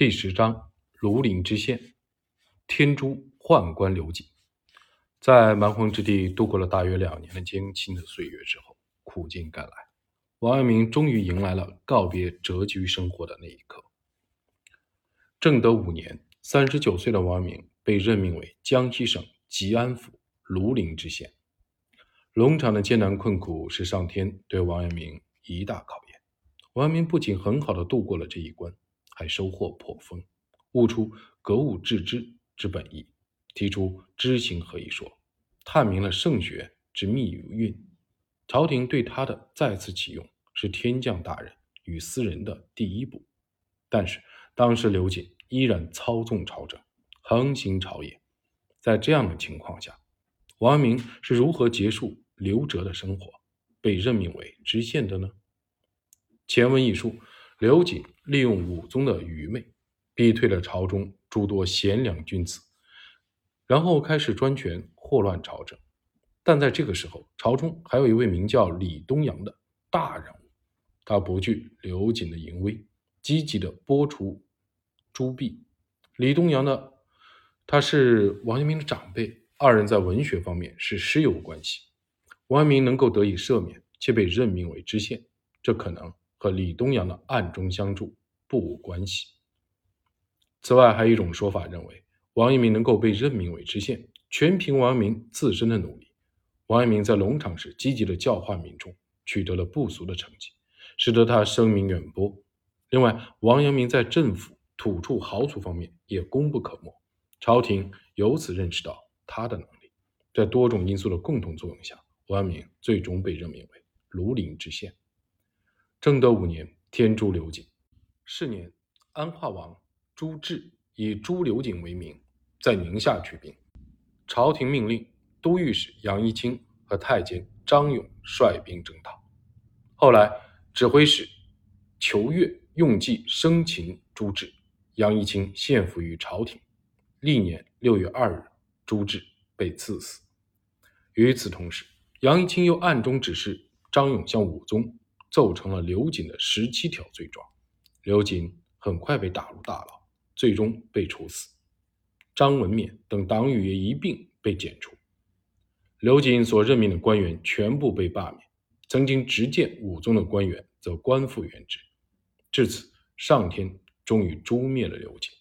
第10章庐陵知县。天诛宦官刘瑾。在蛮荒之地度过了大约2年的艰辛的岁月之后，苦尽甘来，王阳明终于迎来了告别谪居生活的那一刻。正德5年，39岁的王阳明被任命为江西省吉安府庐陵知县。冗长的艰难困苦是上天对王阳明一大考验。王阳明不仅很好地度过了这一关，还收获颇丰，悟出格物致知之本意，提出知行合一说，探明了圣学之秘蕴。朝廷对他的再次启用是天降大人与私人的第一步。但是当时刘瑾依然操纵朝政，横行朝野。在这样的情况下，王阳明是如何结束刘哲的生活，被任命为知县的呢？前文一述，刘瑾利用武宗的愚昧，逼退了朝中诸多贤良君子，然后开始专权祸乱朝政。但在这个时候，朝中还有一位名叫李东阳的大人物，他不惧刘瑾的淫威，积极地拨除诸弊。李东阳他是王阳明的长辈，二人在文学方面是师友关系。王阳明能够得以赦免且被任命为知县，这可能和李东阳的暗中相助不无关系。此外，还有一种说法认为，王阳明能够被任命为知县，全凭王阳明自身的努力。王阳明在龙场时积极的教化民众，取得了不俗的成绩，使得他声名远播。另外，王阳明在政府、土处豪族方面也功不可没，朝廷由此认识到他的能力。在多种因素的共同作用下，王阳明最终被任命为庐陵知县。正德5年，天诛刘瑾。是年，安化王朱治以诛刘瑾为名，在宁夏举兵。朝廷命令都御史杨一清和太监张勇率兵征讨。后来，指挥使裘越用计生擒朱治，杨一清献俘于朝廷。历年6月2日，朱治被赐死。与此同时，杨一清又暗中指示张勇向武宗奏成了刘瑾的17条罪状。刘瑾很快被打入大牢，最终被处死。张文冕等党羽也一并被剪除。刘瑾所任命的官员全部被罢免，曾经直谏武宗的官员则官复原职。至此，上天终于诛灭了刘瑾。